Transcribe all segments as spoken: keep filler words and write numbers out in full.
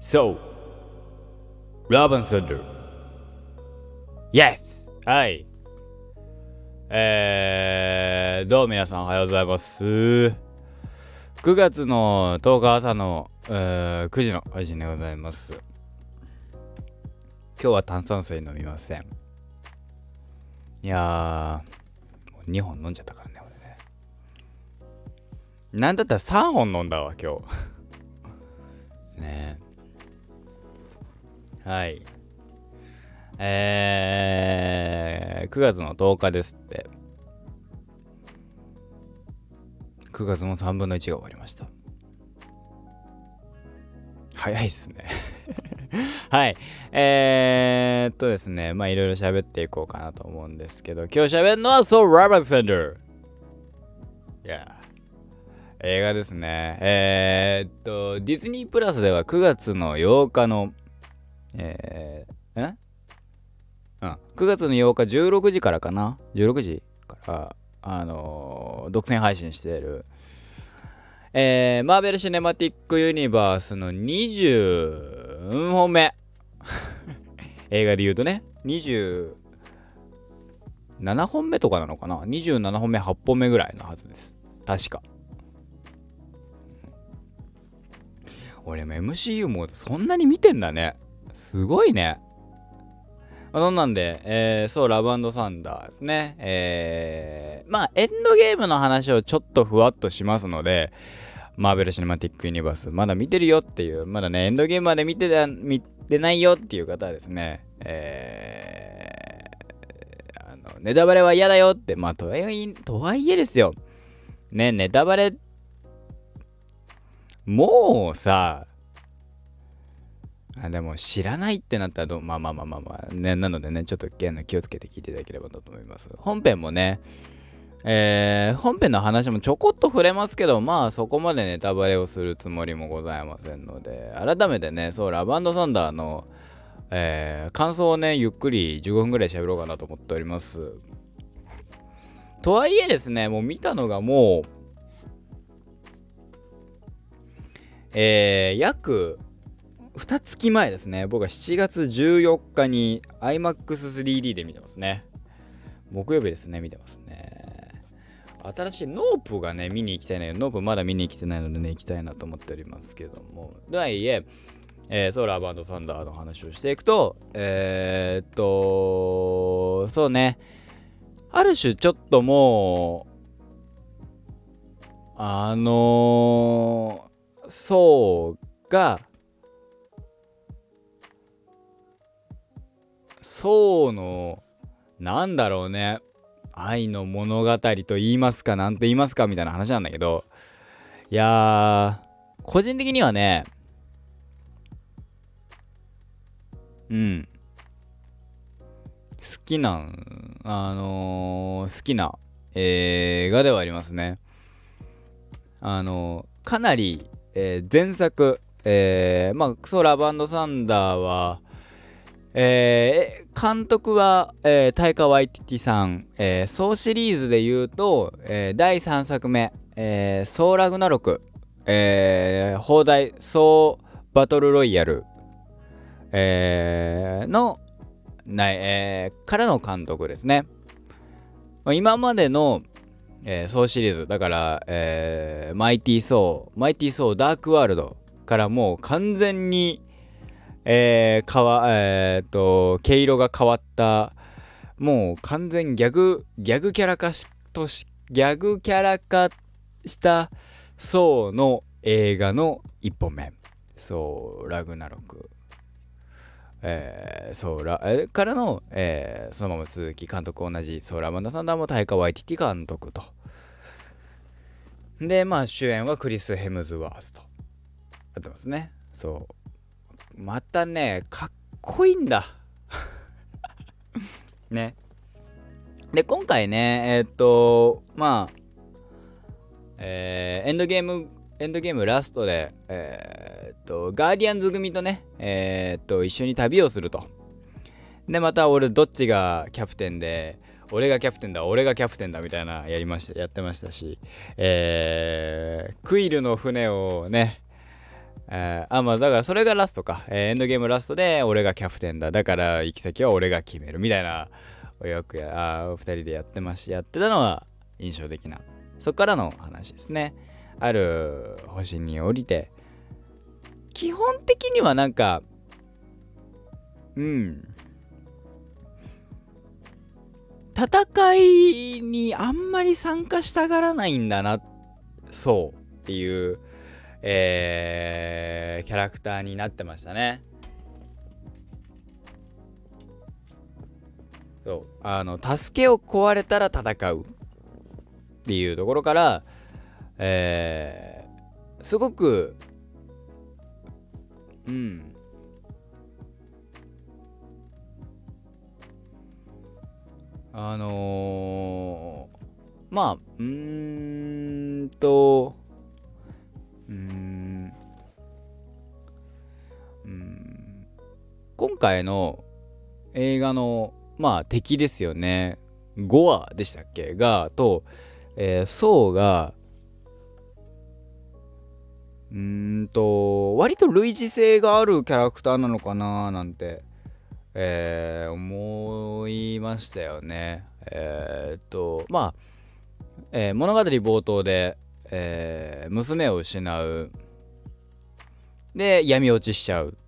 So, Love and Thunder. Yes! はい。えー、どうも皆さんおはようございます。くがつのとおか朝の、えー、くじの配信でございます。今日は炭酸水飲みません。いやー、もうにほん飲んじゃったからね、俺ね。なんだったらさんぼん飲んだわ、今日。ねえ。はい。えー、くがつのとおかですって。くがつもさんぶんのいちが終わりました。早いっすね。はい。えーっとですね、まあいろいろ喋っていこうかなと思うんですけど、今日喋るのはそう、ラバーセンダー。いや、映画ですね。えーっと、ディズニープラスではくがつのようかの、えー、えうん、くがつのようかじゅうろくじからかなじゅうろくじからあのー、独占配信している、えー、マーベル・シネマティック・ユニバースのにじゅうほんめ映画で言うとねにじゅうななほんめとかなのかなにじゅうななほんめはっぽんめぐらいのはずです、確か。俺も エムシーユー もそんなに見てんだね、すごいね。そんなんで、えー、そう、ラブ&サンダーですね。えー、まあ、エンドゲームの話をちょっとふわっとしますので、マーベル・シネマティック・ユニバース、まだ見てるよっていう、まだね、エンドゲームまで見てた、見てないよっていう方はですね、えー、あの、ネタバレは嫌だよって、まあ、とはいえ、とはいえですよ。ね、ネタバレ、もうさ、あでも知らないってなったらどまあまあまあまあまあね、なのでね、ちょっと気をつけて聞いていただければと思います。本編もね、えー、本編の話もちょこっと触れますけど、まあそこまでネタバレをするつもりもございませんので、改めてね、そうラブ&サンダーの、えー、感想をね、ゆっくりじゅうごふんぐらい喋ろうかなと思っております。とはいえですね、もう見たのがもうえー、約にがつまえですね。僕はしちがつじゅうよっかに アイマックススリーディー で見てますね。木曜日ですね、見てますね。新しいノープがね、見に行きたいのよ。ノープまだ見に来てないのでね、行きたいなと思っておりますけども。とはいえ、えー、ソーラー&サンダーの話をしていくと、えー、っと、そうね、ある種ちょっともう、あのー、そうが、そうのなんだろうね、愛の物語と言いますか、なんと言いますかみたいな話なんだけど、いやー個人的にはね、うん好きなんあのー、好きな映画ではありますね。あのー、かなり、えー、前作、えー、まあクソラブ&サンダーはえー、監督は、えー、タイカ・ワイティティさん、えー、総シリーズで言うと、えー、だいさんさくめ、えー、ソーラグナロク、えー、放題ソーバトルロイヤル、えー、のない、えー、からの監督ですね。今までの、えー、ソーシリーズだから、えー、マイティーソーマイティーソーダークワールドからもう完全にえー、かわ、えー、っと、毛色が変わった、もう完全ギャグ、ギャグキャラ化し、とし、ギャグキャラ化した層の映画の一本目。そう、ラグナロク。えー、そうラ、えー、からの、えー、そのまま続き、監督同じ、そう、ラマンダサンダーもタイカ・ワイティティ監督と。で、まあ、主演はクリス・ヘムズワースと。やってますね。そう。またね、かっこいいんだ。ね。で、今回ね、えー、っと、まあ、えー、エンドゲーム、エンドゲームラストで、えー、っと、ガーディアンズ組とね、えー、っと、一緒に旅をすると。で、また俺、どっちがキャプテンで、俺がキャプテンだ、俺がキャプテンだみたいなやりました、やってましたし、えー、クイルの船をね、 えー、あまあだからそれがラストか、えー、エンドゲームラストで俺がキャプテンだ、だから行き先は俺が決めるみたいな、よくやあふたりでやってましやってたのは印象的な、そっからの話ですね。ある星に降りて、基本的にはなんかうん戦いにあんまり参加したがらないんだな、そうっていう、えー、キャラクターになってましたね。そうあの助けを壊れたら戦うっていうところから、えー、すごくうんあのー、まあうーんとうーんうーん今回の映画のまあ敵ですよね、ゴアでしたっけがと、えー、ソウがうーんと割と類似性があるキャラクターなのかななんて、えー、思いましたよね。えー、っとまあ、えー、物語冒頭で、えー、娘を失うで闇落ちしちゃう、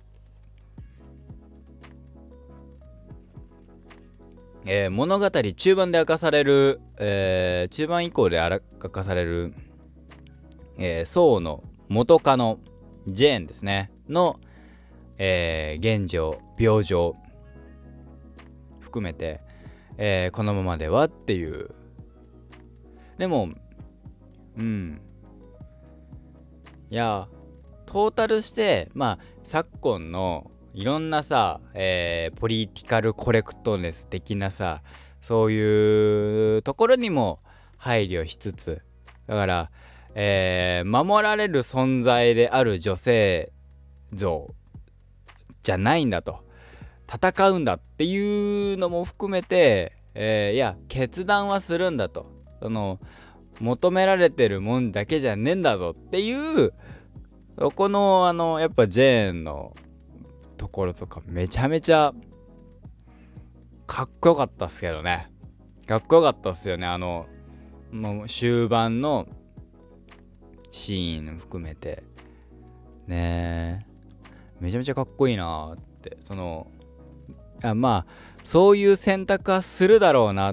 えー、物語中盤で明かされる、えー、中盤以降で明かされる、えー、ソウの元カノジェーンですねの、えー、現状病状含めて、えー、このままではっていう。でもうんいやトータルしてまあ昨今のいろんなさ、えー、ポリティカルコレクトネス的なさ、そういうところにも配慮しつつ、だから、えー、守られる存在である女性像じゃないんだと、戦うんだっていうのも含めて、えー、いや決断はするんだと、その求められてるもんだけじゃねえんだぞっていう、そこのあのやっぱジェーンのところとかめちゃめちゃかっこよかったっすけどね。かっこよかったっすよね。あのもう終盤のシーン含めてねえ、めちゃめちゃかっこいいなって、そのあまあそういう選択はするだろうな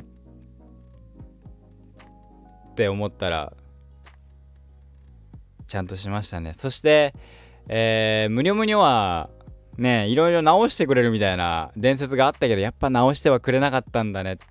って思ったらちゃんとしましたね。そしてえー、むにょむにょはねいろいろ直してくれるみたいな伝説があったけど、やっぱ直してはくれなかったんだねって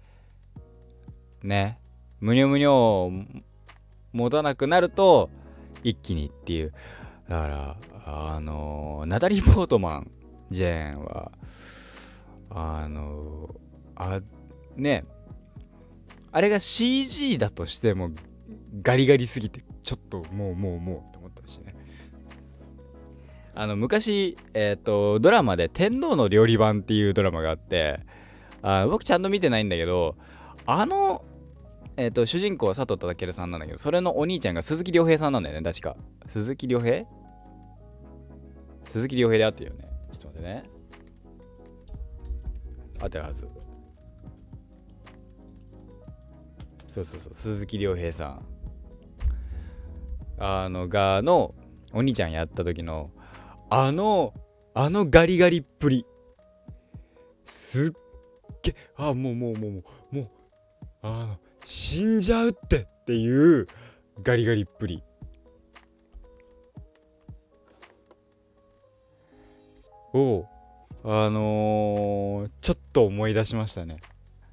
ね。むにょむにょを持たなくなると一気にっていう。だからあのー、ナタリー・ポートマンジェーンはあのー、あねあれが シージー だとしてもガリガリすぎてちょっともうもうもうって思ったしね。あの昔、えー、とドラマで天皇の料理番っていうドラマがあって、あ僕ちゃんと見てないんだけど、あの、えー、と主人公は佐藤健さんなんだけど、それのお兄ちゃんが鈴木亮平さんなんだよね確か。鈴木亮平鈴木亮平で合ってるよね。ちょっと待ってね、合ってるはず。そうそうそう、鈴木亮平さんあのがのお兄ちゃんやった時のあのあのガリガリっぷりすっげあもうもうもうもうもうあの死んじゃうってっていうガリガリっぷりをあのー、ちょっと思い出しましたね。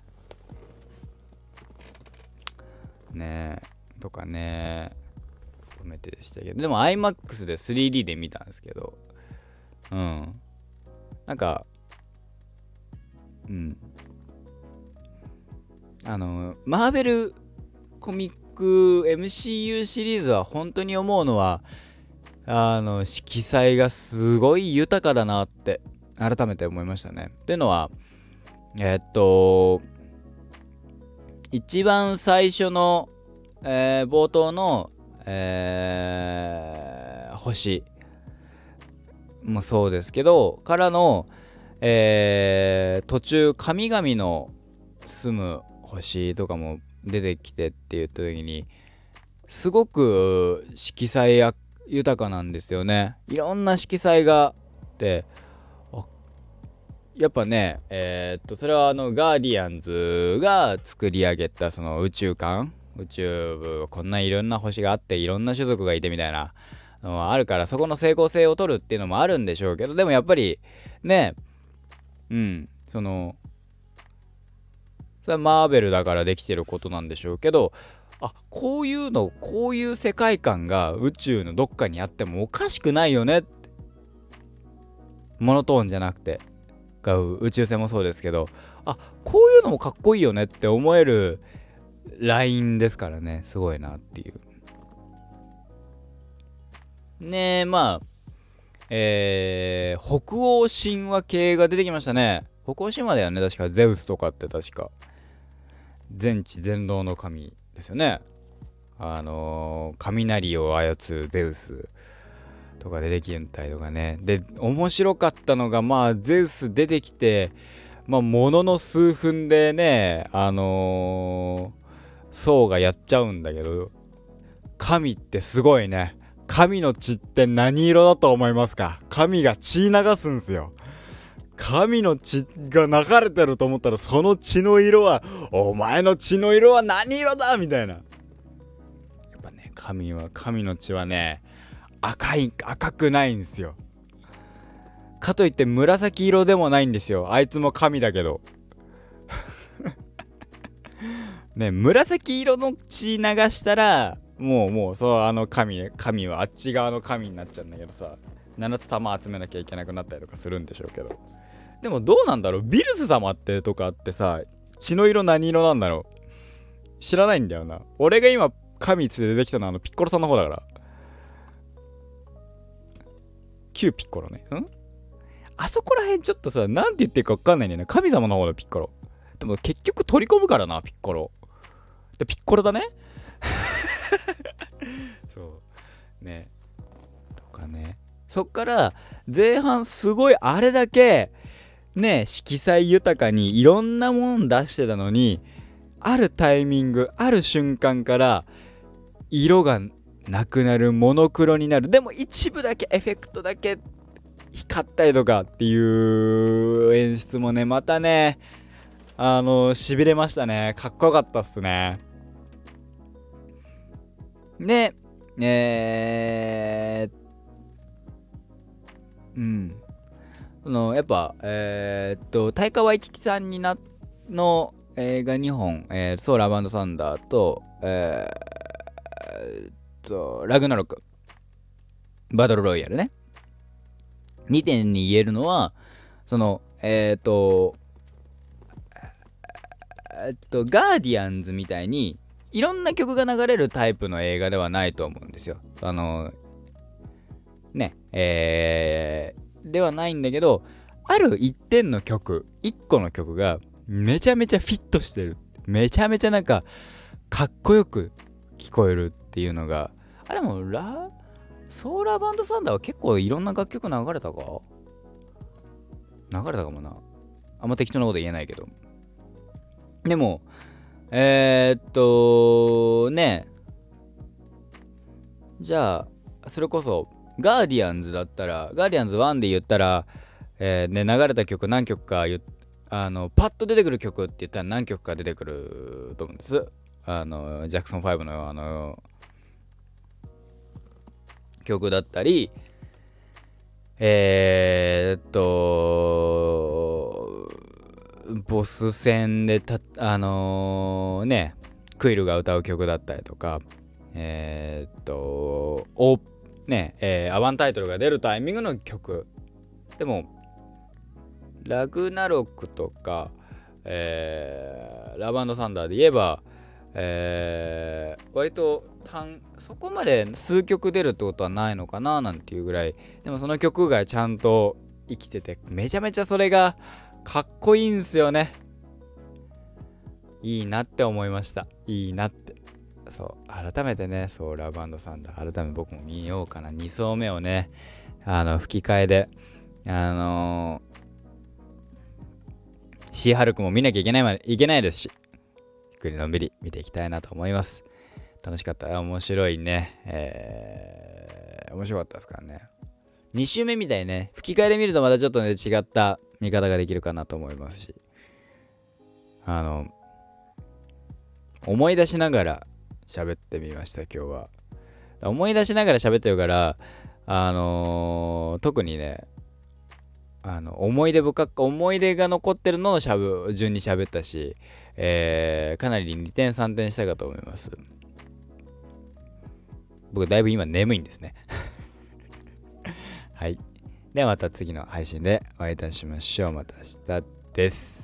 ねえとかね含めてでしたけど、でも アイマックス で スリーディー で見たんですけど、うんなんかうんあのマーベルコミック エムシーユー シリーズは本当に思うのは、あの色彩がすごい豊かだなって改めて思いましたね。っていうのはえー、っと一番最初の、えー、冒頭の、えー、星もそうですけどからの、えー、途中神々の住む星とかも出てきてって言った時にすごく色彩や豊かなんですよね。いろんな色彩があってやっぱねえー、っとそれはあのガーディアンズが作り上げたその宇宙観宇宙部こんないろんな星があっていろんな種族がいてみたいなのはあるからそこの整合性を取るっていうのもあるんでしょうけどでもやっぱりねうんそのそれはマーベルだからできてることなんでしょうけどあこういうのこういう世界観が宇宙のどっかにあってもおかしくないよねってモノトーンじゃなくて宇宙船もそうですけどあこういうのもかっこいいよねって思えるラインですからねすごいなっていうねえまあえー、北欧神話系が出てきましたね。北欧神話だよね確かゼウスとかって確か全知全能の神ですよね。あのー、雷を操るゼウスとか出てきたりとかね。で面白かったのがまあゼウス出てきてまあものの数分でねあのー、ソウがやっちゃうんだけど神ってすごいね。神の血って何色だと思いますか？神が血流すんすよ。神の血が流れてると思ったらその血の色はお前の血の色は何色だみたいな。やっぱね神は神の血はね赤い赤くないんですよ。かといって紫色でもないんですよ。あいつも神だけどね紫色の血流したらもうもうそうあの神神はあっち側の神になっちゃうんだけどさななつ玉集めなきゃいけなくなったりとかするんでしょうけどでもどうなんだろうビルス様ってとかってさ血の色何色なんだろう知らないんだよな。俺が今神つで出てきたのはあのピッコロさんの方だから旧ピッコロねんあそこらへんちょっとさなんて言ってるか分かんないんだよね。神様の方だピッコロでも結局取り込むからなピッコロでピッコロだねそうねとかねそっから前半すごいあれだけね色彩豊かにいろんなもの出してたのにあるタイミングある瞬間から色がなくなるモノクロになるでも一部だけエフェクトだけ光ったりとかっていう演出もねまたねあのしびれましたね。かっこよかったっすね。でえー、うんそのやっぱえー、っとタイカワイティキさんになの映画にほん、えー、ソーラーバンドサンダーとえー、っとラグナロクバトルロイヤルねにてんに言えるのはそのえー、っとえー、っとガーディアンズみたいにいろんな曲が流れるタイプの映画ではないと思うんですよ。あのねえー、ではないんだけどある一点の曲一個の曲がめちゃめちゃフィットしてるめちゃめちゃなんかかっこよく聞こえるっていうのがあれもラソーラーバンドサンダーは結構いろんな楽曲流れたか流れたかもなあんま適当なこと言えないけどでもえー、っとねじゃあそれこそガーディアンズだったらガーディアンズワンで言ったら、えーね、流れた曲何曲か言あのパッと出てくる曲って言ったら何曲か出てくると思うんです。あのジャクソンファイブのあの曲だったりえー、っとボス戦でたあのー、ねクイルが歌う曲だったりとかえー、っとおねえー、アワンタイトルが出るタイミングの曲でもラグナロクとか、えー、ラバンドサンダーで言えば、えー、割と単そこまで数曲出るってことはないのかななんていうぐらいでもその曲がちゃんと生きててめちゃめちゃそれがかっこいいんすよね。いいなって思いました。いいなってそう改めてね、そうラブ&サンダー改めて僕も見ようかな。に層目をね、あの吹き替えであのー、シーハルクも見なきゃいけないまでいけないですし、ゆっくりのんびり見ていきたいなと思います。楽しかった。面白いね。えー、面白かったですからね。に周目みたいね。吹き替えで見るとまたちょっとね、違った見方ができるかなと思いますし。あの、思い出しながら喋ってみました、今日は。思い出しながら喋ってるから、あのー、特にね、あの思い出深く、思い出が残ってるのをしゃぶ順に喋ったし、えー、かなりにてんさんてんしたかと思います。僕だいぶ今眠いんですねはい。ではまた次の配信でお会いいたしましょう。また明日です。